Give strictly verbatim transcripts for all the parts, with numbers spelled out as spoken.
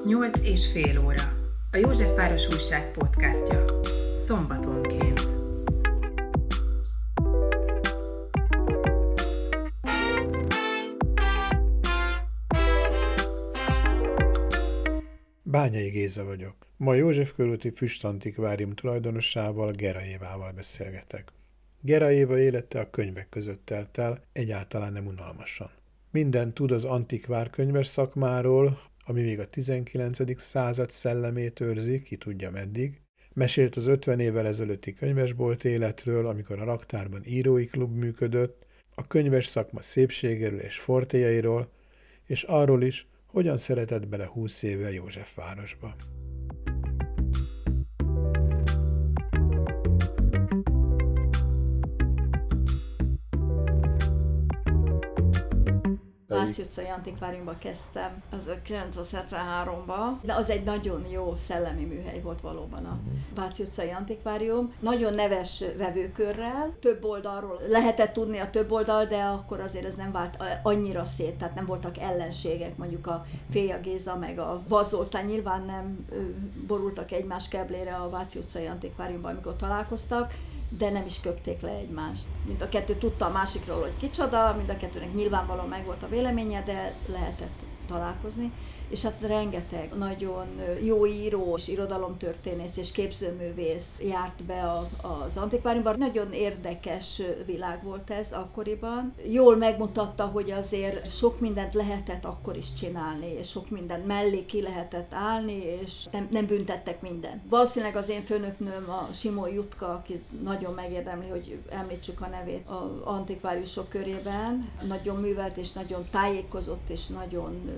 Nyolc és fél óra. A Józsefváros Újság podcastja. Szombatonként. Bányai Géza vagyok. Ma József körúti Füstantikvárium tulajdonosával, Gera Évával beszélgetek. Gera Éva élete a könyvek között telt el, egyáltalán nem unalmasan. Mindent tud az antikvárkönyves szakmáról, ami még a tizenkilencedik század szellemét őrzi, ki tudja meddig. Mesélt az ötven évvel ezelőtti könyvesbolt életről, amikor a raktárban írói klub működött, a könyves szakma szépségéről és fortéjairól, és arról is, hogyan szeretett bele húsz éve Józsefvárosba. Váci utcai antikváriumba kezdtem az kilencszázhetvenháromba, de az egy nagyon jó szellemi műhely volt valóban a Váci utcai antikvárium. Nagyon neves vevőkörrel, több oldalról lehetett tudni a több oldal, de akkor azért ez nem vált annyira szét, tehát nem voltak ellenségek, mondjuk a Féja Géza meg a Vaz Zoltán nyilván nem borultak egymás keblére a Váci utcai antikváriumban, amikor találkoztak, de nem is köpték le egymást. Mind a kettő tudta a másikról, hogy kicsoda, mind a kettőnek nyilvánvalóan megvolt a véleménye, de lehetett találkozni. És hát rengeteg nagyon jó író, és irodalomtörténész és képzőművész járt be a, az antikváriumban. Nagyon érdekes világ volt ez akkoriban. Jól megmutatta, hogy azért sok mindent lehetett akkor is csinálni, és sok mindent mellé ki lehetett állni, és nem, nem büntettek mindent. Valószínűleg az én főnöknőm, a Simon Jutka, aki nagyon megérdemli, hogy említsük a nevét az antikváriusok körében, nagyon művelt, és nagyon tájékozott, és nagyon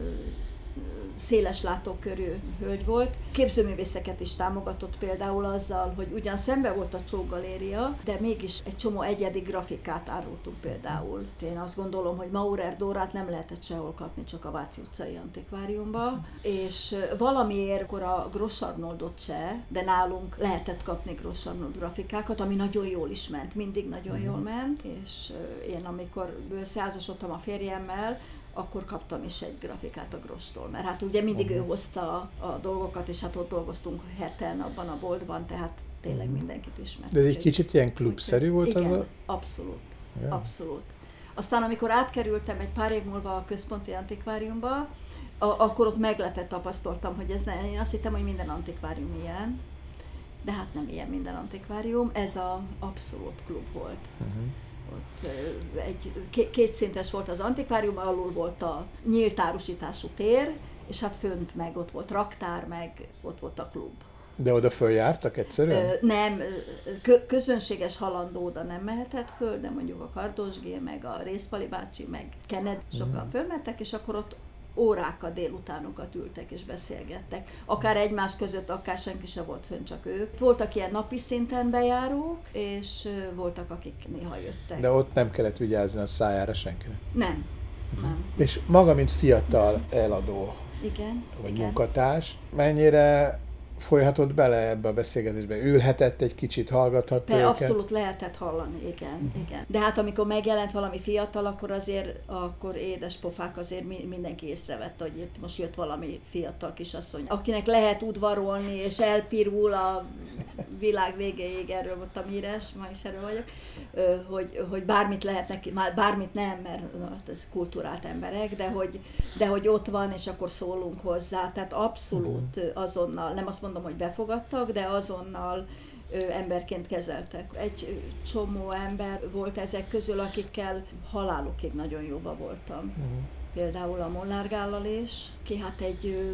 széles látókörű hölgy volt. Képzőművészeket is támogatott például azzal, hogy ugyan szembe volt a Csók Galéria, de mégis egy csomó egyedi grafikát árultunk például. Én azt gondolom, hogy Maurer Dórát nem lehetett sehol kapni, csak a Váci utcai antikváriumba, és valamiért akkor a Gross Arnoldot se, de nálunk lehetett kapni Gross Arnold grafikákat, ami nagyon jól is ment, mindig nagyon jól ment, és én amikor összeházasodtam a férjemmel, akkor kaptam is egy grafikát a Grosstól, mert hát ugye mindig uh-huh. ő hozta a, a dolgokat, és hát ott dolgoztunk heten abban a boltban, tehát tényleg uh-huh. mindenkit ismert. De egy úgy, kicsit ilyen klubszerű volt igen, az a... abszolút, ja. abszolút. Aztán amikor átkerültem egy pár év múlva a központi antikváriumba, a, akkor ott meglepve tapasztaltam, hogy ez nem, én azt hittem, hogy minden antikvárium ilyen, de hát nem ilyen minden antikvárium, ez a abszolút klub volt. Uh-huh. Ott egy kétszintes volt az antikvárium, alul volt a nyílt árusítású tér, és hát fönt meg ott volt raktár, meg ott volt a klub. De oda följártak egyszerűen? Ö, nem, közönséges halandó oda nem mehetett föl, de mondjuk a Kardos G, meg a Rézpali bácsi, meg Kennedy sokan mm. fölmentek, és akkor ott órákat, délutánokat ültek és beszélgettek. Akár egymás között, akár senki se volt fönn, csak ők. Voltak ilyen napi szinten bejárók, és voltak, akik néha jöttek. De ott nem kellett vigyázni a szájára senkinek? Nem. nem. És maga, mint fiatal eladó, igen, vagy igen. munkatárs, mennyire folyhatott bele ebbe a beszélgetésbe? Ülhetett egy kicsit, hallgathatta Pe, őket? Abszolút lehetett hallani, igen, uh-huh. igen. De hát amikor megjelent valami fiatal, akkor azért, akkor édes pofák azért mindenki észrevette, hogy itt most jött valami fiatal kisasszony, akinek lehet udvarolni, és elpirul a világ végéig, erről voltam híres, ma is erről vagyok, hogy, hogy bármit lehet neki, bármit nem, mert na, ez kulturált emberek, de hogy, de hogy ott van, és akkor szólunk hozzá, tehát abszolút uh-huh. azonnal, nem azt mondom, hogy befogadtak, de azonnal ö, emberként kezeltek. Egy csomó ember volt ezek közül, akikkel halálukig nagyon jóba voltam. Uh-huh. Például a Molnár Gállal is, ki hát egy ö,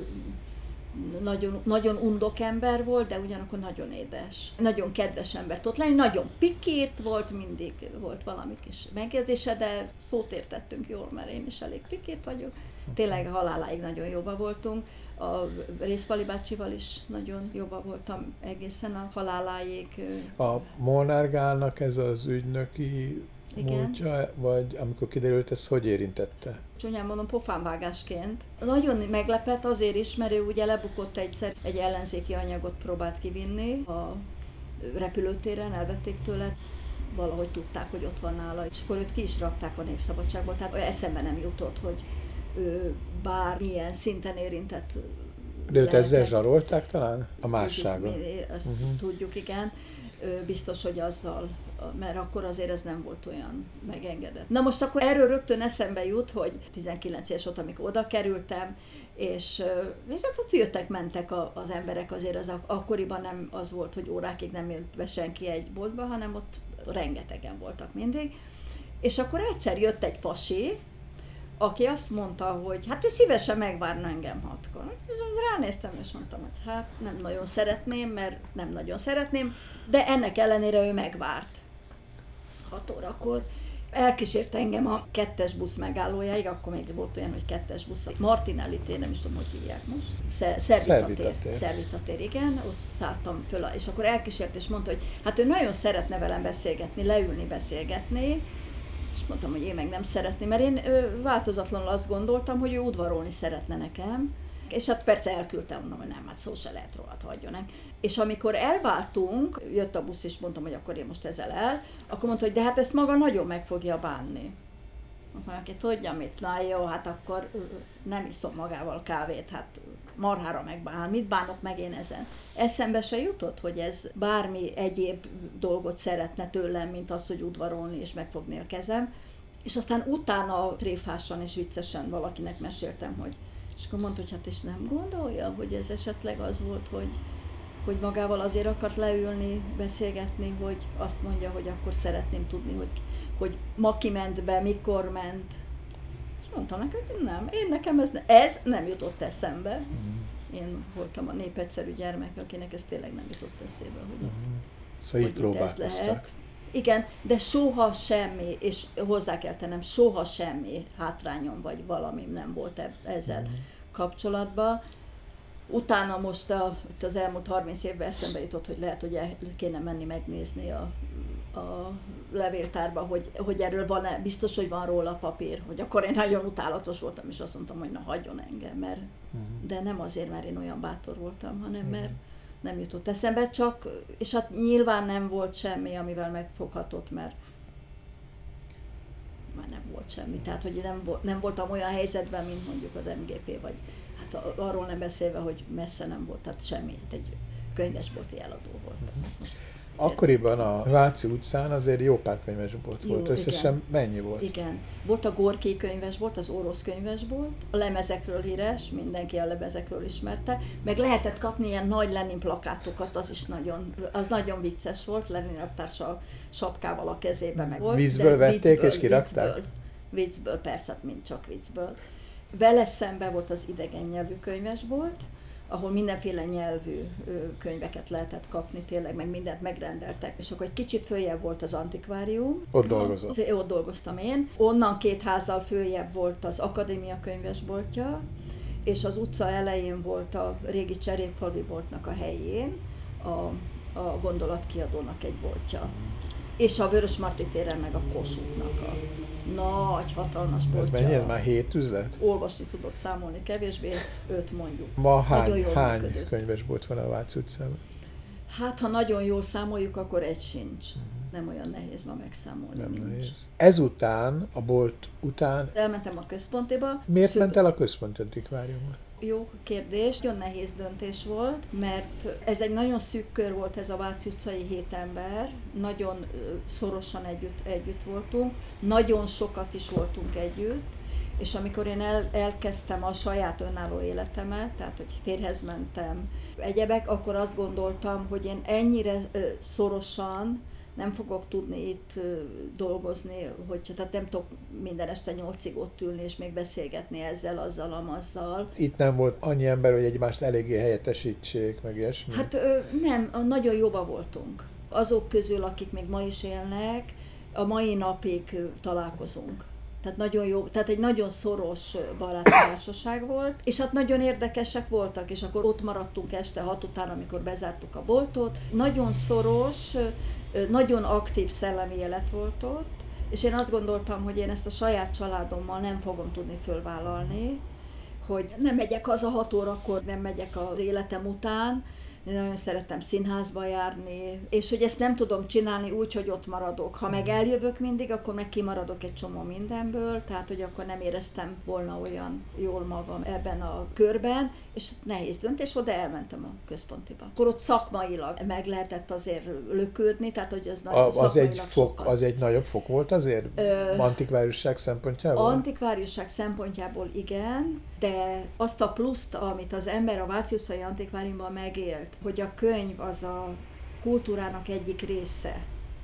nagyon, nagyon undok ember volt, de ugyanakkor nagyon édes. Nagyon kedves ember tudott lenni, nagyon pikírt volt, mindig volt valami kis megjegyzése, de szót értettünk jól, mert én is elég pikírt vagyok. Tényleg haláláig nagyon jóba voltunk. A Rézpali bácsival is nagyon jóba voltam egészen a haláláig. A Molnár Gálnak ez az ügynöki igen. múltja, vagy amikor kiderült, ez hogy érintette? Csúnyán mondom, pofánvágásként. Nagyon meglepett azért is, mert ő ugye lebukott egyszer, egy ellenzéki anyagot próbált kivinni a repülőtéren, elvették tőle, valahogy tudták, hogy ott van nála, és akkor őt ki is rakták a Népszabadságból, tehát eszembe nem jutott, hogy ő bármilyen szinten érintett De őt ezzel lehetett. zsarolták talán? A másságon? Tudjuk, mi ezt uh-huh. tudjuk, igen. Biztos, hogy azzal, mert akkor azért ez nem volt olyan megengedett. Na most akkor erről rögtön eszembe jut, hogy tizenkilenc éves volt, amikor oda kerültem, és viszont ott jöttek, mentek a, az emberek, azért az akkoriban nem az volt, hogy órákig nem jött be senki egy boltba, hanem ott rengetegen voltak mindig. És akkor egyszer jött egy pasi, aki azt mondta, hogy hát ő szívesen megvárna engem hatkor. Ránéztem, és mondtam, hogy hát nem nagyon szeretném, mert nem nagyon szeretném, de ennek ellenére ő megvárt. Hat órakor elkísért engem a kettes busz megállójáig, akkor még volt olyan, hogy kettes busz, Martinelli tér, nem is tudom, hogy hívják most. Szervitatér, Szervitatér, igen, ott szálltam föl, és akkor elkísért, és mondta, hogy hát ő nagyon szeretne velem beszélgetni, leülni, beszélgetni, és mondtam, hogy én meg nem szeretném, mert én ö, változatlanul azt gondoltam, hogy ő udvarolni szeretne nekem, és hát persze elküldtem, mondom, hogy nem, hát szó se lehet róla, hagyjon. És amikor elváltunk, jött a busz, és mondtam, hogy akkor én most ezzel el, akkor mondta, hogy de hát ezt maga nagyon meg fogja bánni. Mondtam, aki tudja mit, na jó, hát akkor nem iszom magával kávét, hát marhára megbán, mit bánok meg én ezen? Eszembe se jutott, hogy ez bármi egyéb dolgot szeretne tőlem, mint az, hogy udvarolni és megfogni a kezem. És aztán utána tréfásan és viccesen valakinek meséltem, hogy és akkor mondta, hogy hát és nem gondolja, hogy ez esetleg az volt, hogy, hogy magával azért akart leülni, beszélgetni, hogy azt mondja, hogy akkor szeretném tudni, hogy, hogy ma kiment be, mikor ment. És mondtam neki, hogy nem, én nekem ez, ne, ez nem jutott eszembe. Mm. Én voltam a népegyszerű gyermek, akinek ez tényleg nem jutott eszébe, hogy, mm. szóval hogy így próbálkoztak. Igen, de soha semmi, és hozzá kell tennem, soha semmi hátrányom vagy valami nem volt ezzel mm. kapcsolatban. Utána most a, az elmúlt harminc évben eszembe jutott, hogy lehet, hogy el kéne menni megnézni a, a levéltárba, hogy, hogy erről van-e, biztos, hogy van róla papír, hogy akkor én nagyon utálatos voltam, és azt mondtam, hogy na hagyjon engem, mert, mm. de nem azért, mert én olyan bátor voltam, hanem mert nem jutott eszembe, csak, és hát nyilván nem volt semmi, amivel megfoghatott, mert már nem volt semmi, tehát hogy nem, nem voltam olyan helyzetben, mint mondjuk az em gé pé, vagy hát arról nem beszélve, hogy messze nem volt, tehát semmi, egy könyvesbolti eladó volt. Most, akkoriban a Váci utcán azért jó pár könyvesbolt jó, volt, összesen igen. Mennyi volt? Igen, volt a Gorki könyvesbolt, az orosz könyvesbolt, a lemezekről híres, mindenki a lemezekről ismerte, meg lehetett kapni ilyen nagy Lenin plakátokat, az is nagyon, az nagyon vicces volt, Lenin elvtársa sapkával a kezébe meg volt. Vízből vették viccből, és kirakták? Viccből, viccből, persze, mint csak viccből. Vele szemben volt az idegen nyelvű könyvesbolt, ahol mindenféle nyelvű könyveket lehetett kapni, tényleg, meg mindent megrendeltek. És akkor egy kicsit följebb volt az antikvárium. Ott dolgozott? Ott dolgoztam én. Onnan két házzal följebb volt az akadémia könyvesboltja, és az utca elején volt a régi Cserépfalvi boltnak a helyén a, a Gondolatkiadónak egy boltja. És a Vörösmarty téren meg a Kossuthnak a nagy, hatalmas boltja. Ez mennyi? Ez már hét üzlet? Olvasni tudok számolni, kevésbé, öt mondjuk. Ma hány, hány könyvesbolt van a Váci utcában? Hát, ha nagyon jól számoljuk, akkor egy sincs. Nem olyan nehéz ma megszámolni. Nem nincs. nehéz. Ezután, a bolt után... Elmentem a központiba. Miért szüb... ment el a központi antikváriumba? Jó kérdés, nagyon nehéz döntés volt, mert ez egy nagyon szűk kör volt, ez a Váci utcai hét ember, nagyon szorosan együtt, együtt voltunk, nagyon sokat is voltunk együtt, és amikor én el, elkezdtem a saját önálló életemet, tehát hogy férjhez mentem, egyebek, akkor azt gondoltam, hogy én ennyire szorosan nem fogok tudni itt dolgozni, hogyha tehát nem tudok minden este nyolcig ott ülni és még beszélgetni ezzel, azzal, amazzal. Itt nem volt annyi ember, hogy egymást eléggé helyettesítsék, meg ilyesmi? Hát nem, nagyon jóba voltunk. Azok közül, akik még ma is élnek, a mai napig találkozunk. Tehát nagyon jó, tehát egy nagyon szoros baráti társaság volt, és hát nagyon érdekesek voltak, és akkor ott maradtunk este hat után, amikor bezártuk a boltot. Nagyon szoros, nagyon aktív szellemi élet volt ott, és én azt gondoltam, hogy én ezt a saját családommal nem fogom tudni fölvállalni, hogy nem megyek haza hat órakor, nem megyek az életem után, én nagyon szerettem színházba járni, és hogy ezt nem tudom csinálni úgy, hogy ott maradok. Ha meg eljövök mindig, akkor meg kimaradok egy csomó mindenből, tehát hogy akkor nem éreztem volna olyan jól magam ebben a körben, és nehéz döntés volt, de elmentem a központiba. Akkor ott szakmailag meg lehetett azért lökődni, tehát hogy az nagyon a, az szakmailag egy fok, sokkal. Az egy nagyobb fok volt azért? Ö, antikváriusság szempontjából? Antikváriusság szempontjából igen, de azt a pluszt, amit az ember a Váci utcai antikváriumban megélt, hogy a könyv az a kultúrának egyik része,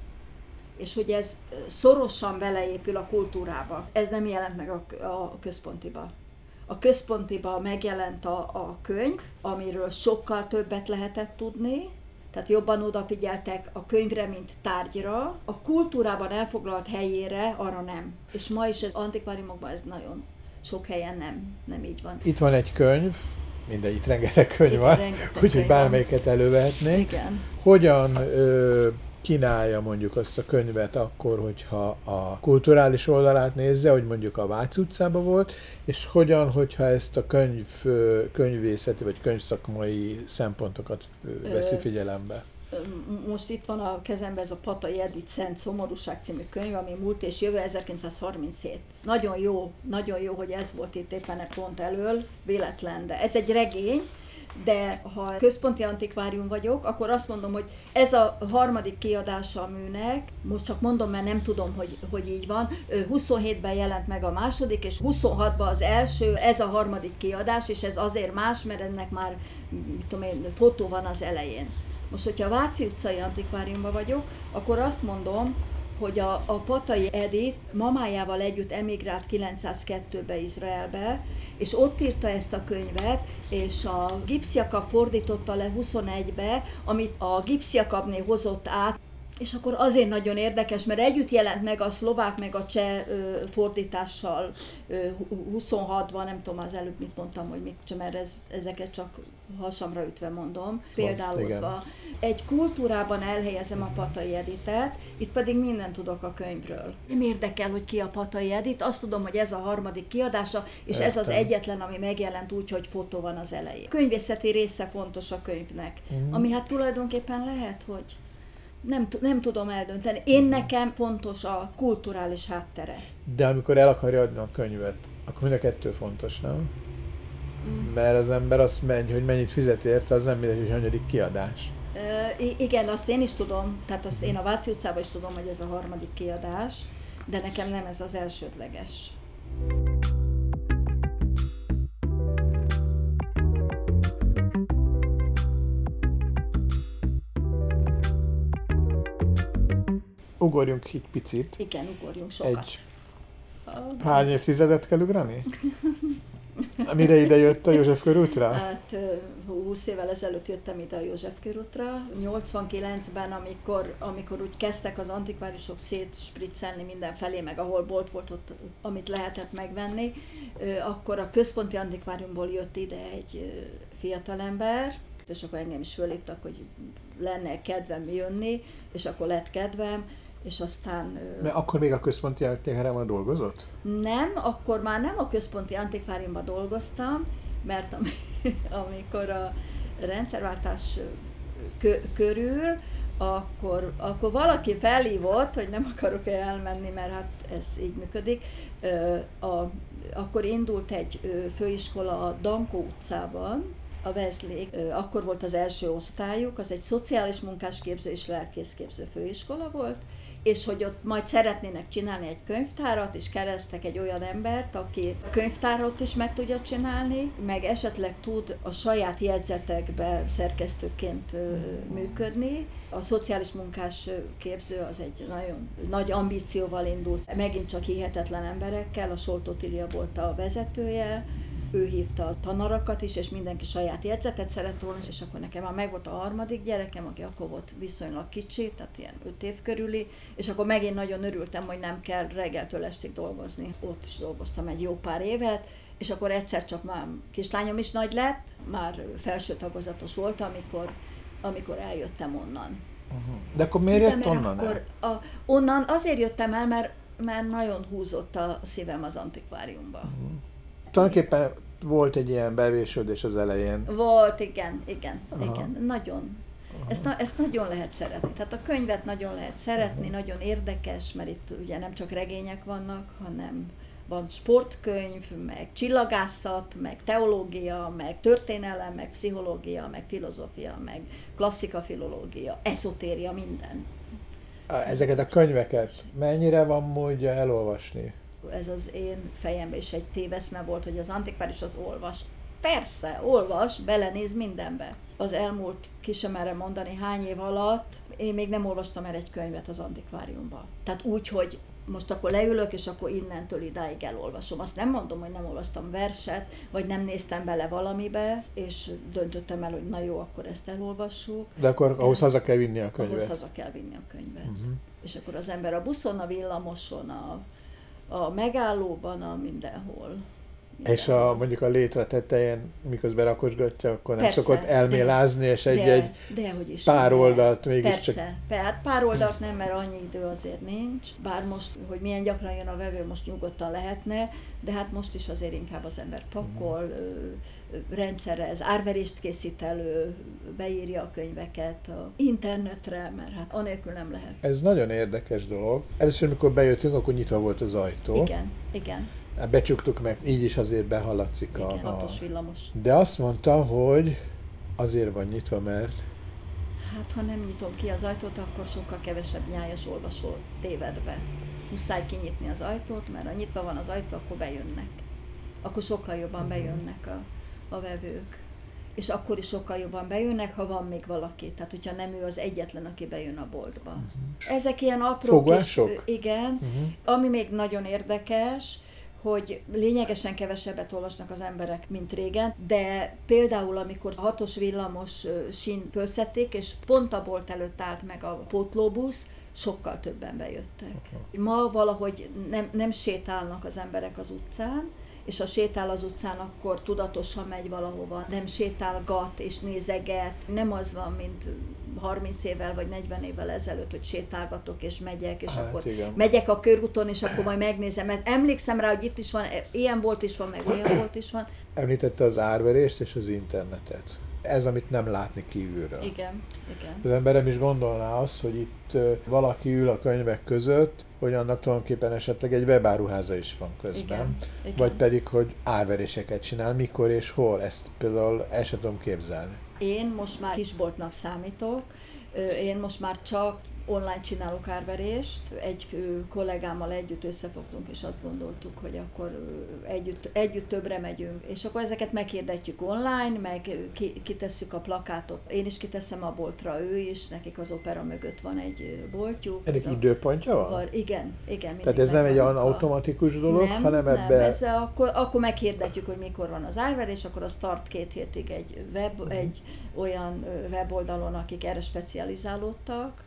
és hogy ez szorosan beleépül a kultúrába. Ez nem jelent meg a, a központiba. A központiba megjelent a, a könyv, amiről sokkal többet lehetett tudni, tehát jobban odafigyeltek a könyvre, mint tárgyra. A kultúrában elfoglalt helyére arra nem. És ma is az antikváriumokban ez nagyon sok helyen nem, nem így van. Itt van egy könyv, mindegy, itt rengeteg könyv van, úgyhogy bármelyiket elővehetnénk. Igen. Hogyan ö, kínálja mondjuk azt a könyvet akkor, hogyha a kulturális oldalát nézze, hogy mondjuk a Váci utcában volt, és hogyan, hogyha ezt a könyv, könyvészeti vagy könyvszakmai szempontokat veszi figyelembe? Most itt van a kezemben ez a Patai Edith Szent Szomorúság című könyv, ami múlt és jövő ezerkilencszázharminchét. Nagyon jó, nagyon jó, hogy ez volt itt éppen pont elől, véletlen, de ez egy regény, de ha központi antikvárium vagyok, akkor azt mondom, hogy ez a harmadik kiadása a műnek, most csak mondom, mert nem tudom, hogy, hogy így van, huszonhétben jelent meg a második, és huszonhatban az első, ez a harmadik kiadás, és ez azért más, mert ennek már, mit tudom én, fotó van az elején. Most, hogyha a Váci utcai antikváriumban vagyok, akkor azt mondom, hogy a, a Patai Edith mamájával együtt emigrált kilencszázkettőben Izraelbe, és ott írta ezt a könyvet, és a Gips Jakab fordította le huszonegybe, amit a Gips Jakabné hozott át, és akkor azért nagyon érdekes, mert együtt jelent meg a szlovák meg a cseh ö, fordítással ö, huszonhatban, nem tudom az előbb mit mondtam, hogy mit, mert ez, ezeket csak hasamra ütve mondom, példálozva. Egy kultúrában elhelyezem a Patai Edithet, itt pedig mindent tudok a könyvről. Nem érdekel, hogy ki a Patai Edith, azt tudom, hogy ez a harmadik kiadása, és Értem. Ez az egyetlen, ami megjelent úgy, hogy fotó van az elején. A könyvészeti része fontos a könyvnek, uh-huh. ami hát tulajdonképpen lehet, hogy Nem, nem tudom eldönteni. Én nekem fontos a kulturális háttere. De amikor el akarja adni a könyvet, akkor mind a kettő fontos, nem? Mm. Mert az ember azt megy, hogy mennyit fizet érte, az nem mindegy, hogy hanyadik kiadás. Uh, igen, azt én is tudom, tehát azt én a Váci utcában is tudom, hogy ez a harmadik kiadás, de nekem nem ez az elsődleges. Ugorjunk egy picit. Igen, ugorjunk sokat. Egy hány évtizedet kell ugrani? Mire ide jött a József körútra? Hát húsz évvel ezelőtt jöttem ide a József körútra. nyolcvankilencben, amikor, amikor úgy kezdtek az antikváriusok szétspriccelni mindenfelé, meg ahol bolt volt ott, amit lehetett megvenni, akkor a központi antikváriumból jött ide egy fiatalember, és akkor engem is fölhívtak, hogy lenne kedvem jönni, és akkor lett kedvem, és aztán... Mert akkor még a központi antikváriumban dolgozott? Nem, akkor már nem a központi antikváriumban dolgoztam, mert am- amikor a rendszerváltás kö- körül, akkor, akkor valaki felhívott, hogy nem akarok elmenni, mert hát ez így működik. A, akkor indult egy főiskola a Dankó utcában, a Wesley, akkor volt az első osztályuk, az egy szociális munkásképző és lelkészképző főiskola volt, és hogy ott majd szeretnének csinálni egy könyvtárat, és kerestek egy olyan embert, aki a könyvtárat is meg tudja csinálni, meg esetleg tud a saját jegyzetekbe szerkesztőként működni. A szociális munkás képző az egy nagyon nagy ambícióval indult, megint csak hihetetlen emberekkel, a Soltó Tilia volt a vezetője, ő hívta a tanarakat is, és mindenki saját jegyzetet szeret volna, és akkor nekem már megvolt a harmadik gyerekem, aki akkor volt viszonylag kicsi, tehát ilyen öt év körüli, és akkor megint nagyon örültem, hogy nem kell reggeltől estig dolgozni. Ott is dolgoztam egy jó pár évet, és akkor egyszer csak már kislányom is nagy lett, már felső tagozatos volt, amikor, amikor eljöttem onnan. Uh-huh. De akkor miért jött onnan akkor a, onnan azért jöttem el, mert, mert nagyon húzott a szívem az antikváriumba. Uh-huh. Tulajdonképpen volt egy ilyen bevésődés az elején. Volt, igen, igen, Aha. igen, nagyon. Ezt, na, ezt nagyon lehet szeretni. Tehát a könyvet nagyon lehet szeretni, Aha. nagyon érdekes, mert itt ugye nem csak regények vannak, hanem van sportkönyv, meg csillagászat, meg teológia, meg történelem, meg pszichológia, meg filozófia, meg klasszika filológia, ezotéria, minden. Ezeket a könyveket mennyire van módja elolvasni? Ez az én fejemben is egy téveszme volt, hogy az antikvárius az olvas. Persze, olvas, belenéz mindenbe. Az elmúlt, ki sem merem mondani, hány év alatt én még nem olvastam el egy könyvet az antikváriumban. Tehát úgy, hogy most akkor leülök, és akkor innentől idáig elolvasom. Azt nem mondom, hogy nem olvastam verset, vagy nem néztem bele valamibe, és döntöttem el, hogy na jó, akkor ezt elolvassuk. De akkor ahhoz De haza kell vinni a könyvet. Ahhoz haza kell vinni a könyvet. Uh-huh. És akkor az ember a buszon, a villamoson, a, a megállóban, a mindenhol. És a, mondjuk a létre tetején, miközben rakosgatja, akkor nem Persze, szokott elmélázni, és egy-egy is, pár de, oldalt mégiscsak... Persze, hát pár oldalt nem, mert annyi idő azért nincs. Bár most, hogy milyen gyakran jön a vevő, most nyugodtan lehetne, de hát most is azért inkább az ember pakol, mm. rendszerez, árverést készít elő, beírja a könyveket a internetre, mert hát anélkül nem lehet. Ez nagyon érdekes dolog. Először, amikor bejöttünk, akkor nyitva volt az ajtó. Igen, igen. Becsuktuk meg, így is azért behallatszik a... Igen, hatos villamos. De azt mondta, hogy azért van nyitva, mert... Hát, ha nem nyitom ki az ajtót, akkor sokkal kevesebb nyájas olvasó téved be. Muszáj kinyitni az ajtót, mert ha nyitva van az ajtó, akkor bejönnek. Akkor sokkal jobban bejönnek a, a vevők. És akkor is sokkal jobban bejönnek, ha van még valaki. Tehát, hogyha nem ő az egyetlen, aki bejön a boltba. Uh-huh. Ezek ilyen apró kis... Igen. Uh-huh. Ami még nagyon érdekes, hogy lényegesen kevesebbet olvasnak az emberek, mint régen, de például amikor a hatos villamos sín fölszedték, és pont a bolt előtt állt meg a pótlóbusz, sokkal többen bejöttek. Okay. Ma valahogy nem, nem sétálnak az emberek az utcán, és ha sétál az utcán, akkor tudatosan megy valahova, nem sétálgat és nézeget. Nem az van, mint harminc évvel vagy negyven évvel ezelőtt, hogy sétálgatok és megyek, és hát, akkor igen. megyek a körúton, és akkor majd megnézem. Mert emlékszem rá, hogy itt is van, ilyen bolt is van, meg olyan bolt is van. Említette az árverést és az internetet. Ez, amit nem látni kívülről. Igen, igen. Az emberem is gondolná azt, hogy itt valaki ül a könyvek között, hogy annak tulajdonképpen esetleg egy webáruháza is van közben, igen, igen. vagy pedig, hogy árveréseket csinál, mikor és hol. Ezt például el sem tudom képzelni. Én most már kisboltnak számítok, én most már csak online csinálok árverést. Egy kollégámmal együtt összefogtunk, és azt gondoltuk, hogy akkor együtt, együtt többre megyünk. És akkor ezeket meghirdetjük online, meg kitesszük a plakátot. Én is kiteszem a boltra, ő is, nekik az opera mögött van egy boltjuk. Ennek időpontja van? van? Igen, igen. Tehát ez nem egy olyan a... automatikus dolog, nem, hanem nem, ebbe... ez akkor, akkor meghirdetjük, hogy mikor van az árverés, akkor az tart két hétig egy, web, uh-huh. egy olyan weboldalon, akik erre specializálódtak,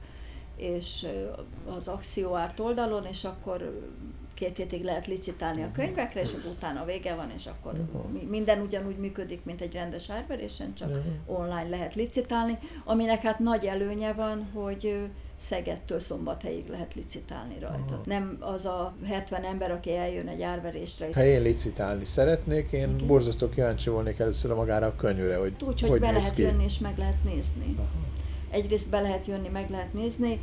és az akcióárt oldalon, és akkor két hétig lehet licitálni a könyvekre, és akkor utána vége van, és akkor minden ugyanúgy működik, mint egy rendes árverésen, csak online lehet licitálni, aminek hát nagy előnye van, hogy Szegedtől Szombathelyig lehet licitálni rajta. Aha. Nem az a hetven ember, aki eljön egy árverésre. Ha én licitálni szeretnék, én okay. borzasztó kíváncsi volnék először magára a könyvre, hogy úgy, hogy, hogy be lehet ki. jönni és meg lehet nézni. Aha. Egyrészt be lehet jönni, meg lehet nézni,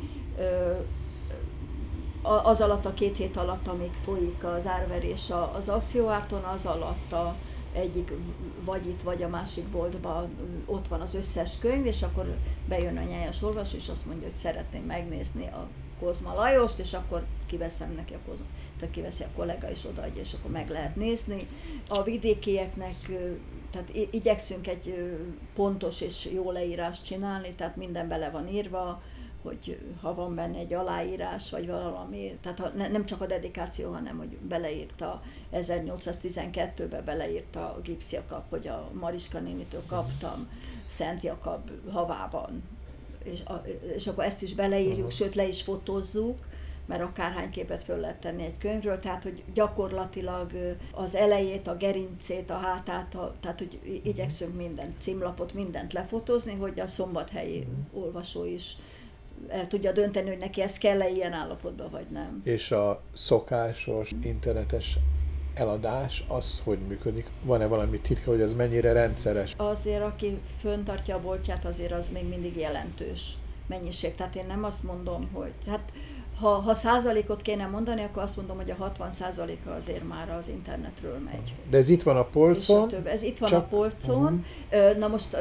az alatt a két hét alatt, amíg folyik az árverés az akcióárton, az alatt a egyik vagy itt, vagy a másik boltban ott van az összes könyv, és akkor bejön a nyájas olvasó, és azt mondja, hogy szeretném megnézni a Kozma Lajost, és akkor kiveszem neki a Kozma, tehát kiveszi a kollega, és odaadja, és akkor meg lehet nézni. A vidékieknek, tehát igyekszünk egy pontos és jó leírást csinálni, tehát minden bele van írva, hogy ha van benne egy aláírás, vagy valami, tehát ha nem csak a dedikáció, hanem hogy beleírta ezernyolcszáztizenkettőben beleírta a Gipsz Jakab, hogy a Mariska nénitől kaptam Szent Jakab havában, és, a, és akkor ezt is beleírjuk, sőt le is fotózzuk, mert akárhány képet föl lehet tenni egy könyvről, tehát hogy gyakorlatilag az elejét, a gerincét, a hátát, a, tehát hogy igyekszünk minden címlapot, mindent lefotózni, hogy a szombathelyi olvasó is el tudja dönteni, hogy neki ez kell-e ilyen állapotban, vagy nem. És a szokásos internetes eladás, az hogy működik? Van-e valami titka, hogy ez mennyire rendszeres? Azért, aki föntartja a boltját, azért az még mindig jelentős mennyiség. Tehát én nem azt mondom, hogy... Hát, ha, ha százalékot kéne mondani, akkor azt mondom, hogy a hatvan százaléka azért már az internetről megy. De ez itt van a polcon? Több. Ez itt van csak... a polcon. Uh-huh. Na most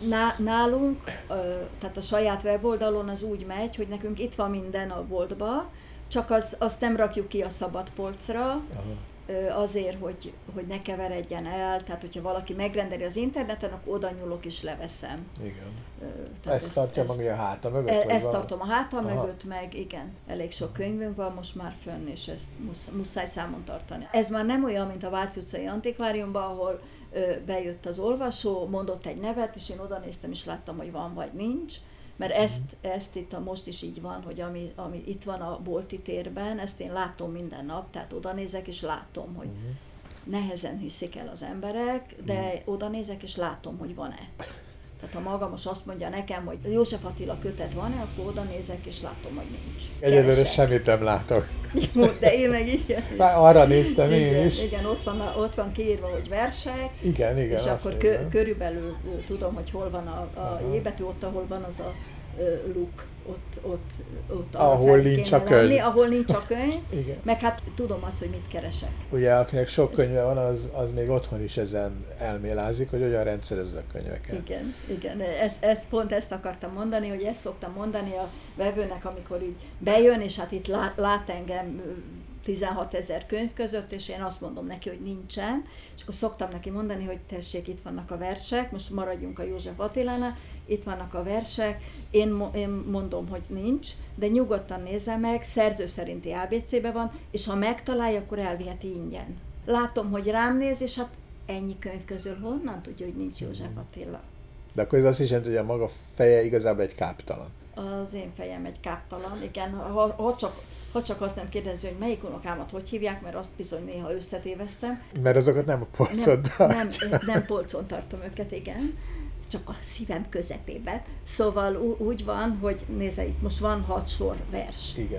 nálunk, tehát a saját weboldalon az úgy megy, hogy nekünk itt van minden a boltba, csak az, azt nem rakjuk ki a szabad polcra, uh-huh. azért, hogy, hogy ne keveredjen el, tehát hogyha valaki megrendeli az interneten, akkor oda nyúlok és leveszem. Igen. Tehát ezt, ezt tartja ezt, maga a háta mögött? E, ezt van? tartom a háta Aha. mögött, meg igen, elég sok könyvünk van most már fönn, és ezt musz, muszáj számon tartani. Ez már nem olyan, mint a Váci utcai antikváriumban, ahol ö, bejött az olvasó, mondott egy nevet, és én oda néztem, és láttam, hogy van vagy nincs, mert ezt, ezt itt a, most is így van, hogy ami, ami itt van a bolti térben, ezt én látom minden nap, tehát oda nézek, és látom, hogy uh-huh. nehezen hiszik el az emberek, de uh-huh. oda nézek, és látom, hogy van-e. Tehát ha maga most azt mondja nekem, hogy József Attila kötet van-e, akkor oda nézek, és látom, hogy nincs. Egyelőre semmit nem látok. Jó, de én meg igen. Már arra néztem igen, én is. Igen, ott van, ott van kiírva, hogy versek. Igen, igen. És akkor kö, körülbelül tudom, hogy hol van a, a J betű, ott, ahol van az a luk, ott, ott, ott ahol nincs a könyv. Lenni, ahol nincs a könyv, igen. Meg hát tudom azt, hogy mit keresek. Ugye, akinek sok könyve van, az, az még otthon is ezen elmélázik, hogy hogyan rendszerezze a könyveket. Igen, igen. Ez, ez, pont ezt akartam mondani, hogy ezt szoktam mondani a vevőnek, amikor így bejön, és hát itt lát, lát engem tizenhat ezer könyv között, és én azt mondom neki, hogy nincsen, és akkor szoktam neki mondani, hogy tessék, itt vannak a versek, most maradjunk a József Attilánál, itt vannak a versek, én, én mondom, hogy nincs, de nyugodtan nézze meg, szerző szerinti á bé cé-be van, és ha megtalálja, akkor elviheti ingyen. Látom, hogy rám néz, és hát ennyi könyv közül honnan tudja, hogy nincs József Attila? De akkor ez azt is jelenti, hogy a maga feje igazából egy káptalan. Az én fejem egy káptalan, igen, ha, ha csak Ha csak azt nem kérdezi, hogy melyik unokámat hogy hívják, mert azt bizony néha összetéveztem. Mert azokat nem a polcon nem, nem, nem polcon tartom őket, igen. Csak a szívem közepében. Szóval úgy van, hogy nézze, itt most van hat sor vers. Igen.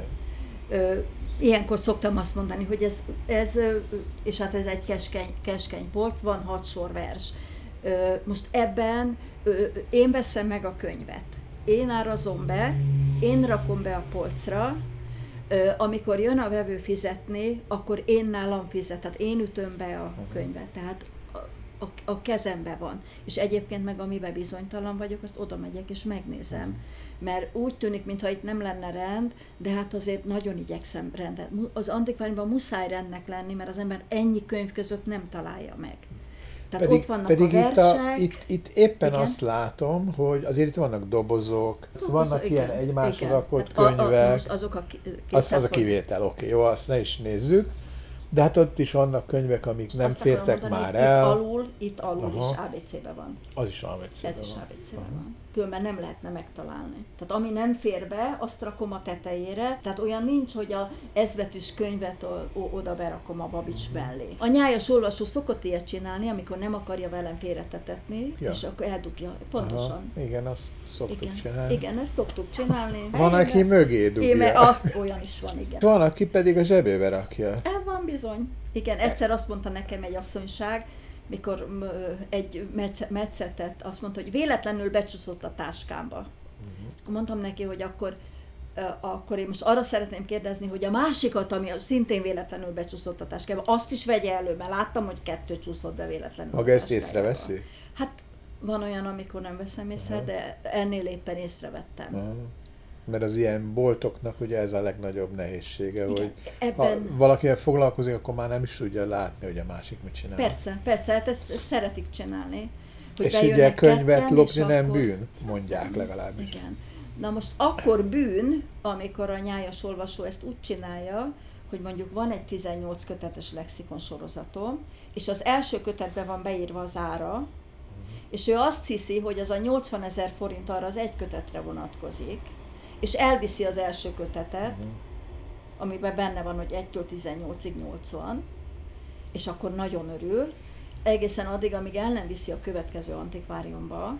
Ö, ilyenkor szoktam azt mondani, hogy ez, ez és hát ez egy keskeny, keskeny polc, van hat sor vers. Ö, most ebben ö, én veszem meg a könyvet. Én árazom be, én rakom be a polcra, amikor jön a vevő fizetni, akkor én nálam fizet, tehát én ütöm be a könyvet, tehát a, a, a kezembe van. És egyébként meg amiben bizonytalan vagyok, azt oda megyek és megnézem. Mert úgy tűnik, mintha itt nem lenne rend, de hát azért nagyon igyekszem rendet. Az antikváriumban muszáj rendnek lenni, mert az ember ennyi könyv között nem találja meg. Tehát pedig, ott vannak pedig a versek. Itt, a, itt, itt éppen igen? Azt látom, hogy azért itt vannak dobozok, Dobozó, vannak igen, ilyen egymásra rakott hát könyvek. A, a, most azok a az, az a kivétel, oké, okay, jó, azt ne is nézzük. De hát ott is vannak könyvek, amik nem azt fértek mondani, már el. Itt alul, itt alul Aha. is á bé cé-ben van. Az is á bé cé-ben Ez van. is á bé cé-ben van. Különben nem lehetne megtalálni. Tehát ami nem fér be, azt rakom a tetejére. Tehát olyan nincs, hogy a ezbetűs könyvet o, o, oda berakom a babics mellé. A nyájas olvasó szokott ilyet csinálni, amikor nem akarja velem félretetetni, ja. és akkor eldugja. Pontosan. Aha. Igen, azt szoktuk igen. csinálni. Igen, ezt szoktuk csinálni. Van, Helyben. Aki mögé dugja. Én, mert azt olyan is van, igen. Van, aki pedig a zsebébe rakja. El van bizony. Igen, egyszer azt mondta nekem egy asszonyság, mikor egy metszetet azt mondta, hogy véletlenül becsúszott a táskámba. Uh-huh. Akkor mondtam neki, hogy akkor, akkor én most arra szeretném kérdezni, hogy a másikat, ami szintén véletlenül becsúszott a táskába, azt is vegye elő, mert láttam, hogy kettő csúszott be véletlenül. Maga ezt észreveszi? Hát van olyan, amikor nem veszem észre, uh-huh. de ennél éppen észrevettem. Uh-huh. Mert az ilyen boltoknak ugye ez a legnagyobb nehézsége, igen, hogy ebben... ha valakivel foglalkozik, akkor már nem is tudja látni, hogy a másik mit csinál. Persze, persze, hát ezt szeretik csinálni. Hogy és ugye könyvet lopni nem akkor... bűn, mondják legalábbis. Igen. Na most akkor bűn, amikor a nyájas olvasó ezt úgy csinálja, hogy mondjuk van egy tizennyolc kötetes lexikon sorozatom, és az első kötetben van beírva az ára, uh-huh. és ő azt hiszi, hogy az a nyolcvanezer forint arra az egy kötetre vonatkozik, és elviszi az első kötetet, uh-huh. amiben benne van, hogy egytől tizennyolcig nyolcvan, és akkor nagyon örül, egészen addig, amíg el nem viszi a következő antikváriumba,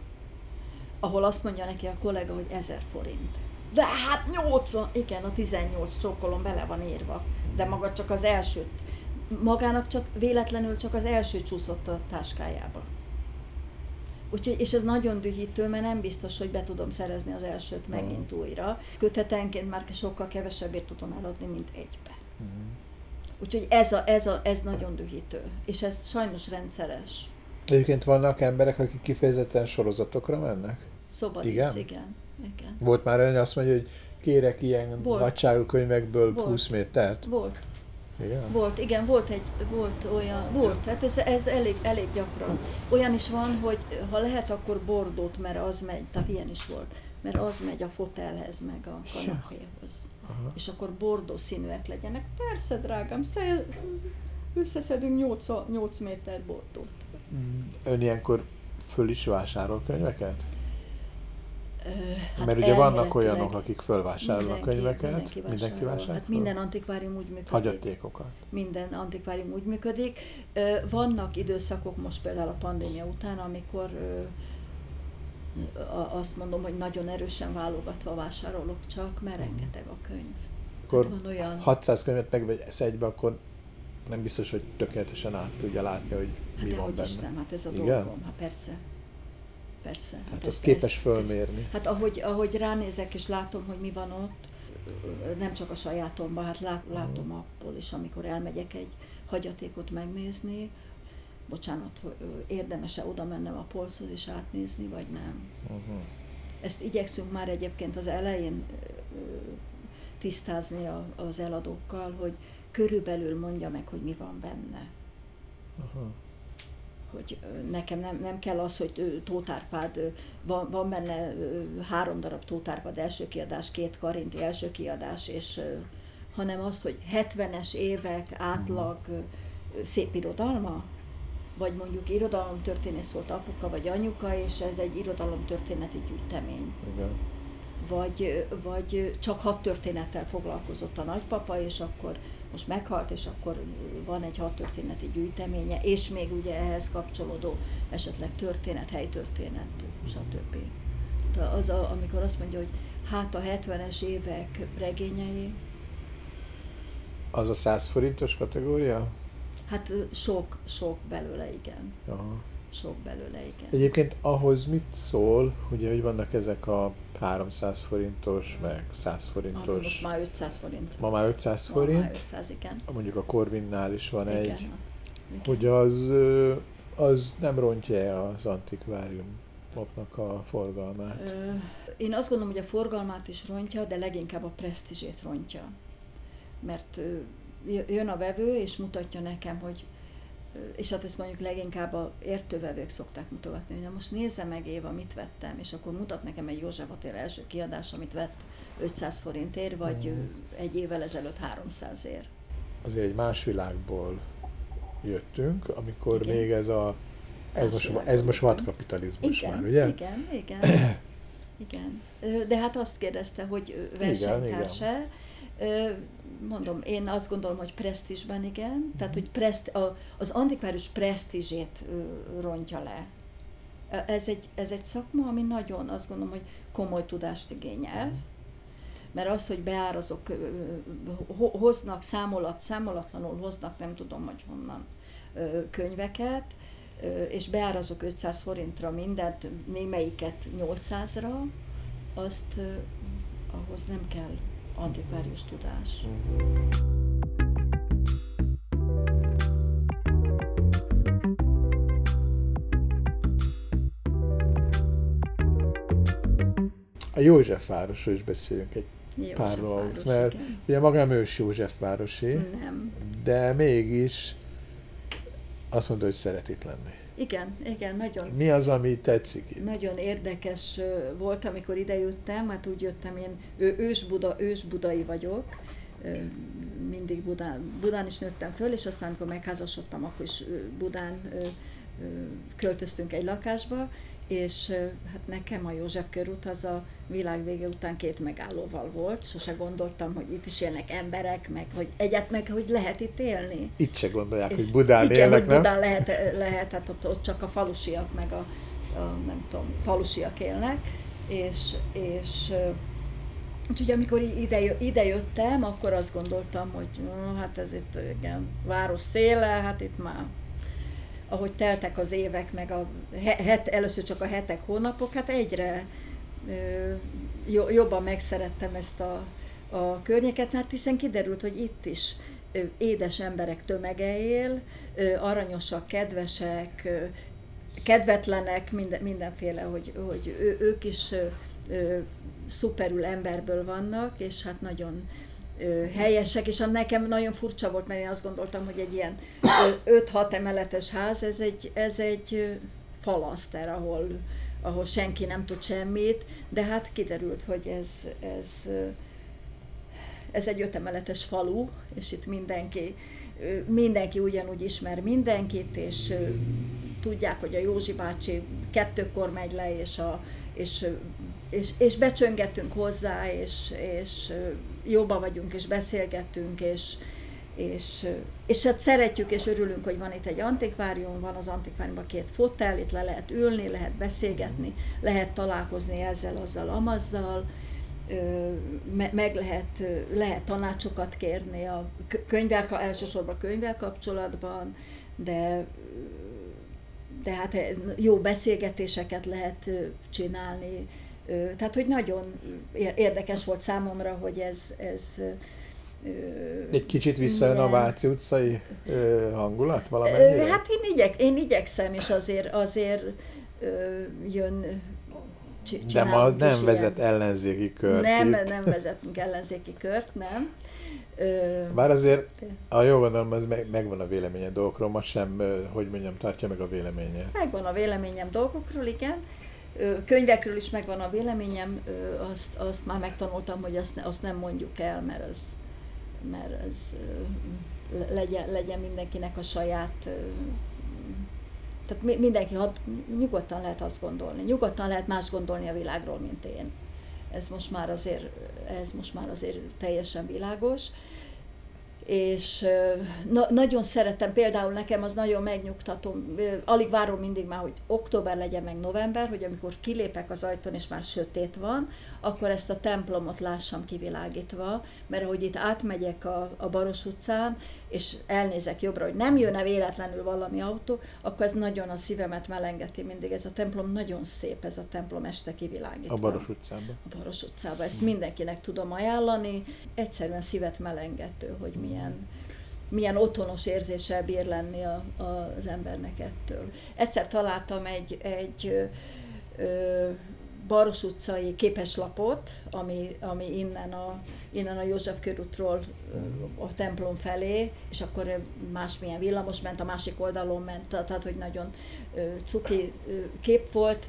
ahol azt mondja neki a kollega, hogy ezer forint. De hát nyolcvan! Igen, a tizennyolc csókolom bele van írva, de maga csak az elsőt magának csak véletlenül csak az első csúszott a táskájába. Úgyhogy, és ez nagyon dühítő, mert nem biztos, hogy be tudom szerezni az elsőt megint uh-huh. újra. Kötetenként már sokkal kevesebbért tudom eladni, mint egybe. Uh-huh. Úgyhogy ez, a, ez, a, ez nagyon dühítő, és ez sajnos rendszeres. Egyébként vannak emberek, akik kifejezetten sorozatokra mennek? Szobadísz, igen? igen. igen. Volt már olyan, azt mondja, hogy kérek ilyen volt. nagyságú könyvekből volt. húsz métert? Volt. Igen? Volt, igen, volt egy, volt olyan, volt, hát ez, ez elég, elég gyakran. Olyan is van, hogy ha lehet, akkor bordót, mert az megy, tehát ilyen is volt, mert az megy a fotelhez, meg a kanapéhoz. Aha. És akkor bordó színűek legyenek. Persze, drágám, összeszedünk nyolc méter bordót. Ön ilyenkor föl is vásárol könyveket? Hát mert ugye vannak olyanok, akik fölvásárolnak könyveket, mindenki, mindenki vásárol. Hát minden antikvárium úgy működik. Hagyatékokat. Minden antikvárium úgy működik. Vannak időszakok most például a pandémia után, amikor azt mondom, hogy nagyon erősen válogatva vásárolok csak, mert rengeteg a könyv. Akkor hát van olyan... hatszáz könyvet megvesz egybe, akkor nem biztos, hogy tökéletesen át tudja látni, hogy hát mi van benne. Is nem, hát ez a Igen? dolgom, hát persze. Persze. Hát, hát azt ezt, képes ezt, fölmérni. Ezt, hát ahogy, ahogy ránézek és látom, hogy mi van ott, nem csak a sajátomban, hát lát, látom uh-huh. abból is, amikor elmegyek egy hagyatékot megnézni, bocsánat, érdemes-e oda mennem a polchoz és átnézni, vagy nem. Uh-huh. Ezt igyekszünk már egyébként az elején tisztázni az eladókkal, hogy körülbelül mondja meg, hogy mi van benne. Uh-huh. Hogy nekem nem, nem kell az, hogy Tóth Árpád, van, van benne három darab Tóth Árpád első kiadás, két Karinti első kiadás, és, hanem az, hogy hetvenes évek átlag szép irodalma, vagy mondjuk irodalomtörténész volt apuka vagy anyuka, és ez egy irodalomtörténeti gyűjtemény. Igen. Vagy, vagy csak hat történettel foglalkozott a nagypapa, és akkor most meghalt, és akkor van egy hat történeti gyűjteménye, és még ugye ehhez kapcsolódó esetleg történet, helytörténet, stb. De az, a, amikor azt mondja, hogy hát a hetvenes évek regényei. Az a száz forintos kategória? Hát sok, sok belőle, igen. Aha. Sok belőle, igen. Egyébként ahhoz mit szól, ugye, hogy vannak ezek a háromszáz forintos, meg száz forintos. Ah, most már ötszáz forint. Ma már ötszáz forint. Ma már ötszáz, igen. Mondjuk a Corvinnál is van igen. egy, igen. hogy az, az nem rontja az antikváriumoknak a forgalmát. Ö, én azt gondolom, hogy a forgalmát is rontja, de leginkább a presztízsét rontja. Mert jön a vevő, és mutatja nekem, hogy és hát ezt mondjuk leginkább a értővevők szokták mutogatni, hogy na most nézze meg Éva, mit vettem, és akkor mutat nekem egy József Attila első kiadás, amit vett ötszáz forintért, vagy mm. egy évvel ezelőtt háromszázért. Azért egy más világból jöttünk, amikor igen. még ez a ez most, ez most vadkapitalizmus igen, már, ugye? Igen, igen, igen. De hát azt kérdezte, hogy versenytárs-e. Mondom, én azt gondolom, hogy presztízsben igen, tehát hogy preszt, a, az antikvárius presztízsét rontja le. Ez egy, ez egy szakma, ami nagyon, azt gondolom, hogy komoly tudást igényel, mert az, hogy beárazok, hoznak számolat, számolatlanul hoznak, nem tudom, hogy honnan könyveket, és beárazok ötszáz forintra mindent, némelyiket nyolcszázra, azt ahhoz nem kell antikvárius tudás. A Józsefvárosról is beszéljünk egy József pár dolgot, mert igen. ugye maga nem ős Józsefvárosi, nem. de mégis azt mondta, hogy szeret itt lenni. Igen, igen, nagyon. Mi az, ami tetszik itt? Nagyon érdekes volt, amikor idejöttem, hát úgy jöttem, én ősbuda, ősbudai vagyok, mindig Budán, Budán is nőttem föl, és aztán, amikor megházasodtam, akkor is Budán költöztünk egy lakásba, és hát nekem a József körút az a világ vége után két megállóval volt, sose gondoltam, hogy itt is élnek emberek, meg hogy egyet meg, hogy lehet itt élni. Itt se gondolják, és hogy Budán igen, élnek, hogy nem? Budán lehet, lehet hát ott, ott csak a falusiak, meg a, a nem tudom, falusiak élnek, és, és Úgyhogy amikor ide, ide jöttem, akkor azt gondoltam, hogy no, hát ez itt igen, város széle, hát itt már ahogy teltek az évek, meg a het, először csak a hetek, hónapok, hát egyre ö, jobban megszerettem ezt a, a környéket, hát hiszen kiderült, hogy itt is ö, édes emberek tömege él, ö, aranyosak, kedvesek, ö, kedvetlenek, minden, mindenféle, hogy, hogy ő, ők is ö, ö, szuperül emberből vannak, és hát nagyon ö, helyesek, és nekem nagyon furcsa volt, mert én azt gondoltam, hogy egy ilyen öt-hat emeletes ház, ez egy, ez egy falaszter, ahol, ahol senki nem tud semmit, de hát kiderült, hogy ez, ez, ez egy öt emeletes falu, és itt mindenki, mindenki ugyanúgy ismer mindenkit, és tudják, hogy a Józsi bácsi kettőkor megy le, és, a, és, és, és becsöngetünk hozzá, és, és jobban vagyunk, és beszélgetünk, és, és, és hát szeretjük, és örülünk, hogy van itt egy antikvárium, van az antikváriumban két fotel, itt le lehet ülni, lehet beszélgetni, lehet találkozni ezzel, azzal, amazzal, meg lehet, lehet tanácsokat kérni a könyvvel, elsősorban könyvvel kapcsolatban, de de hát jó beszélgetéseket lehet csinálni. Tehát, hogy nagyon érdekes volt számomra, hogy ez... ez egy kicsit visszajön a Váci utcai hangulat valamennyire? Hát én, igyek, én igyekszem, és azért, azért jön... De ma nem vezet ilyen ellenzéki kört. Nem, itt. Nem vezetünk ellenzéki kört, nem. Bár azért, a jó gondolom, az meg, megvan a véleménye dolgokról, ma sem, hogy mondjam, tartja meg a véleménye. Megvan a véleményem dolgokról, igen. Könyvekről is megvan a véleményem, azt, azt már megtanultam, hogy azt, azt nem mondjuk el, mert az, mert az legyen, legyen mindenkinek a saját... Tehát mindenki, had, nyugodtan lehet azt gondolni, nyugodtan lehet más gondolni a világról, mint én. Ez most már azért, ez most már azért teljesen világos. És na, nagyon szeretem, például nekem az nagyon megnyugtató, alig várom mindig már, hogy október legyen meg november, hogy amikor kilépek az ajtón és már sötét van, akkor ezt a templomot lássam kivilágítva, mert ahogy itt átmegyek a, a Baros utcán, és elnézek jobbra, hogy nem jönne véletlenül valami autó, akkor ez nagyon a szívemet melengeti mindig. Ez a templom nagyon szép, ez a templom este kivilágítva. A Baros utcában. A Baros utcában. Ezt mindenkinek tudom ajánlani. Egyszerűen szívet melengető, hogy milyen, milyen otthonos érzéssel bír lenni a, a, az embernek ettől. Egyszer találtam egy, egy ö, Baros utcai képeslapot, ami, ami innen, a, innen a József körútról a templom felé, és akkor másmilyen villamos ment, a másik oldalon ment, tehát hogy nagyon cuki kép volt,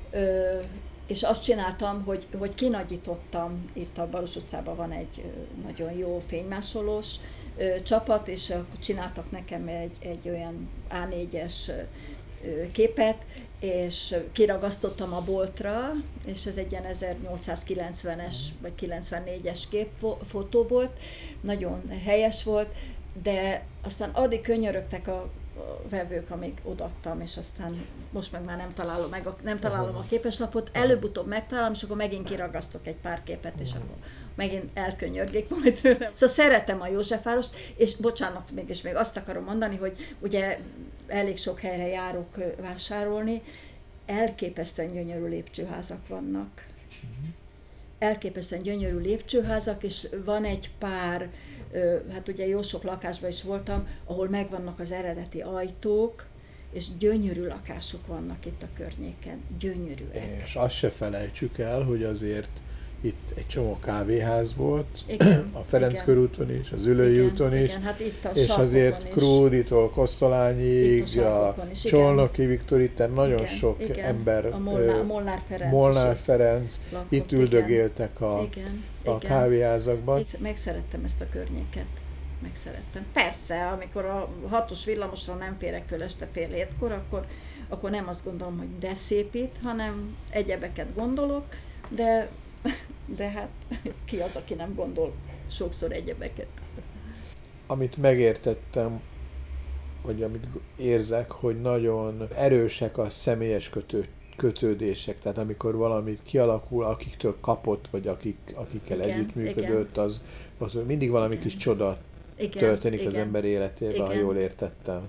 és azt csináltam, hogy, hogy kinagyítottam, itt a Baros utcában van egy nagyon jó fénymásolós csapat, és akkor csináltak nekem egy, egy olyan á négyes képet, és kiragasztottam a boltra, és ez egy ilyen ezernyolcszázkilencvenes vagy kilencvennégyes kép, fotó volt, nagyon helyes volt, de aztán addig könyörögtek a vevők, amíg odaadtam, és aztán most meg már nem találom, meg a, nem találom a képeslapot, előbb-utóbb megtalálom, és akkor megint kiragasztok egy pár képet, és akkor megint elkönyörgék majd tőlem. Szóval szeretem a Józsefvárost, és bocsánat, mégis még azt akarom mondani, hogy ugye elég sok helyre járok vásárolni, elképesztően gyönyörű lépcsőházak vannak. Elképesztően gyönyörű lépcsőházak, és van egy pár, hát ugye jó sok lakásban is voltam, ahol megvannak az eredeti ajtók, és gyönyörű lakások vannak itt a környéken, gyönyörűek. És azt se felejtsük el, hogy azért itt egy csomó kávéház volt, igen, a Ferenc igen. körúton is, az Ülői igen, úton is, igen, hát itt a és azért Krúditól Kosztolányig, a, a Csolnoki Viktor, itt nagyon igen, sok igen. ember, a Molnár, Molnár Ferenc, Molnár Ferenc lakott, itt üldögéltek a, igen, a igen. kávéházakban. Megszerettem ezt a környéket. Megszerettem. Persze, amikor a hatos villamosra nem férek föl este fél hétkor, akkor, akkor nem azt gondolom, hogy de szép itt, hanem egyebeket gondolok, de, de hát ki az, aki nem gondol sokszor egyebeket. Amit megértettem, vagy amit érzek, hogy nagyon erősek a személyes kötő, kötődések, tehát amikor valamit kialakul, akiktől kapott, vagy akik, akikkel igen, együttműködött, igen. Az, az mindig valami Igen. kis csoda Igen, történik igen, az ember életében, igen. ha jól értettem.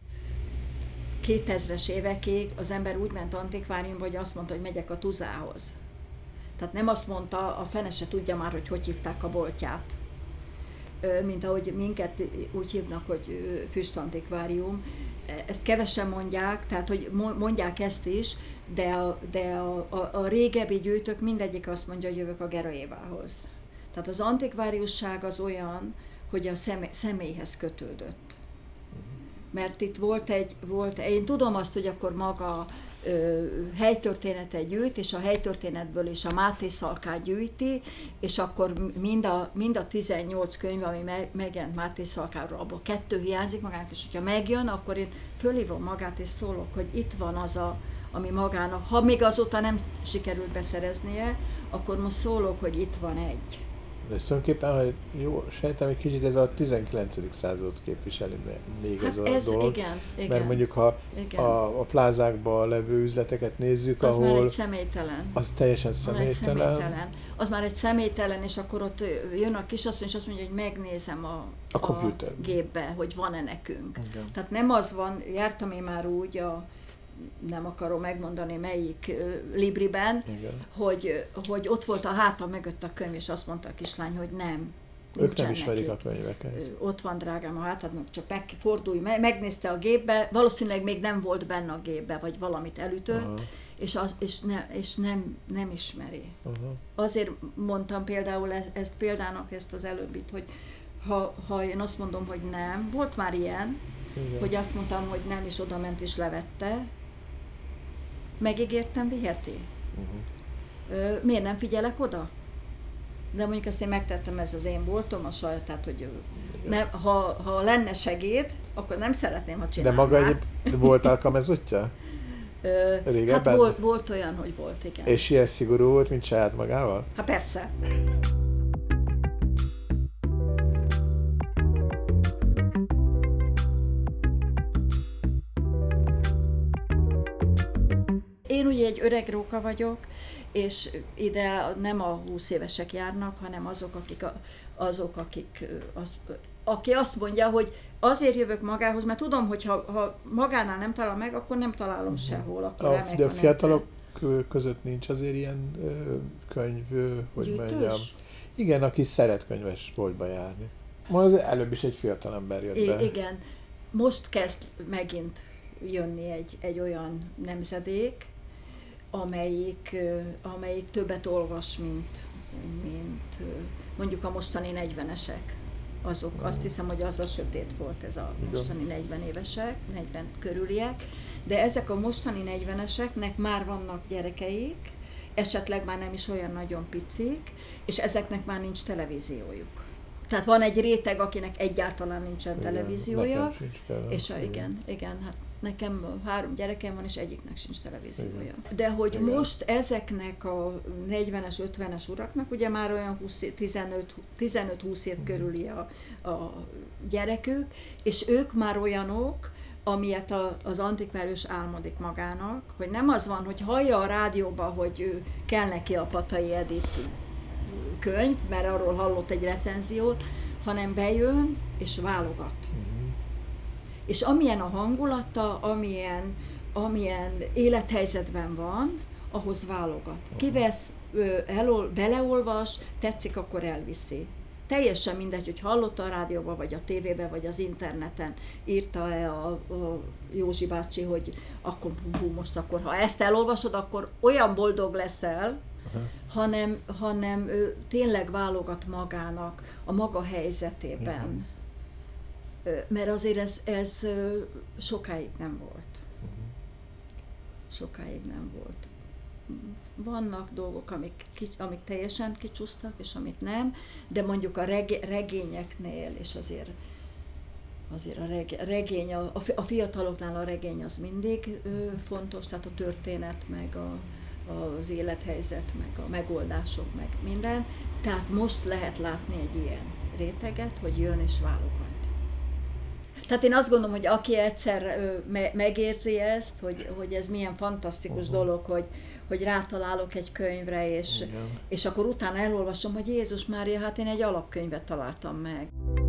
kétezres évekig az ember úgy ment antikváriumba, hogy azt mondta, hogy megyek a Tuzához. Tehát nem azt mondta, a fene se tudja már, hogy hogy hívták a boltját. Mint ahogy minket úgy hívnak, hogy füstantikvárium. Ezt kevesen mondják, tehát hogy mondják ezt is, de a, de a, a, a régebbi gyűjtők mindegyik azt mondja, hogy jövök a Gera Évához. Tehát az antikváriusság az olyan, hogy a személy, személyhez kötődött. Mert itt volt egy, volt, én tudom azt, hogy akkor maga ö, helytörténetet gyűjt, és a helytörténetből is a Máté Szalkát gyűjti, és akkor mind a, mind a tizennyolc könyv, ami me, megjelent Máté Szalkáról, abból kettő hiányzik magának, és hogyha megjön, akkor én fölhívom magát, és szólok, hogy itt van az a, ami magának, ha még azóta nem sikerült beszereznie, akkor most szólok, hogy itt van egy. De tulajdonképpen, hogy jó, sejtem egy kicsit, ez a tizenkilencedik századot képviseli még hát ez a ez, dolog. Igen, igen, mert mondjuk, ha a, a plázákban levő üzleteket nézzük, az ahol... már egy személytelen. Az teljesen személytelen. Egy személytelen. Az már egy személytelen, és akkor ott jön a kisasszony, és azt mondja, hogy megnézem a, a, a gépbe, hogy van-e nekünk. Igen. Tehát nem az van, jártam én már úgy a nem akarom megmondani melyik uh, libriben, hogy, hogy ott volt a háta mögött a könyv, és azt mondta a kislány, hogy nem. Ők nem ismerik a könyveket. Ott van, drágám, a hátad, csak megfordulj, megnézte a gépbe, valószínűleg még nem volt benne a gépbe, vagy valamit elütött, uh-huh. és, az, és, ne, és nem, nem ismeri. Uh-huh. Azért mondtam például ezt, ezt példának, ezt az előbbit, hogy ha, ha én azt mondom, hogy nem, volt már ilyen, igen. hogy azt mondtam, hogy nem, és oda ment és levette, megígértem, viheti. Uh-huh. Miért nem figyelek oda? De mondjuk ezt én megtettem, ez az én boltom, a saját, tehát, hogy nem, ha, ha lenne segéd, akkor nem szeretném, ha csinálnám. De maga egyéb volt alkalmazottja? Régebben? Hát volt, volt olyan, hogy volt, igen. És ilyen szigorú volt, mint saját magával? Hát persze. Én ugye egy öreg róka vagyok, és ide nem a húsz évesek járnak, hanem azok, akik, a, azok, akik az, aki azt mondja, hogy azért jövök magához, mert tudom, hogy ha, ha magánál nem talál meg, akkor nem találom uh-huh. sehol. Akkor a, de a fiatalok között nincs azért ilyen ö, könyv, ö, hogy mondjam. Igen, aki szeret könyves boltba járni. Ma az előbb is egy fiatal ember jött I- be. Igen. Most kezd megint jönni egy, egy olyan nemzedék, amelyik, amelyik többet olvas, mint, mint mondjuk a mostani negyvenesek. Azok, azt hiszem, hogy az a sötét volt ez a mostani negyven évesek, negyven körüliek, de ezek a mostani negyveneseknek már vannak gyerekeik, esetleg már nem is olyan nagyon picik, és ezeknek már nincs televíziójuk. Tehát van egy réteg, akinek egyáltalán nincsen igen, televíziója, és a, igen, igen, hát nekem három gyerekem van, és egyiknek sincs televíziója. Igen. De hogy igen. most ezeknek a negyvenes, ötvenes uraknak, ugye már olyan tizenöt-húsz év körüli a, a gyerekük, és ők már olyanok, amilyet a, az antikvárius álmodik magának, hogy nem az van, hogy hallja a rádióban, hogy kell neki a Patai Edith könyv, mert arról hallott egy recenziót, hanem bejön és válogat. Uh-huh. És amilyen a hangulata, amilyen, amilyen élethelyzetben van, ahhoz válogat. Uh-huh. Kivesz, elol, beleolvas, tetszik, akkor elviszi. Teljesen mindegy, hogy hallotta a rádióban, vagy a tévében, vagy az interneten, írta-e a, a Józsi bácsi, hogy akkor hú, most akkor, ha ezt elolvasod, akkor olyan boldog leszel, uh-huh. hanem, hanem ő tényleg válogat magának a maga helyzetében. Uh-huh. Mert azért ez, ez sokáig nem volt. Uh-huh. Sokáig nem volt. Vannak dolgok, amik, amik teljesen kicsúsztak, és amik nem, de mondjuk a reg, regényeknél, és azért, azért a reg, regény, a, a fiataloknál a regény az mindig ö, fontos, tehát a történet, meg a, az élethelyzet, meg a megoldások, meg minden. Tehát most lehet látni egy ilyen réteget, hogy jön és válogat. Tehát én azt gondolom, hogy aki egyszer ö, me- megérzi ezt, hogy, hogy ez milyen fantasztikus uh-huh. dolog, hogy, hogy rátalálok egy könyvre, és, és akkor utána elolvasom, hogy Jézus Mária, hát én egy alapkönyvet találtam meg.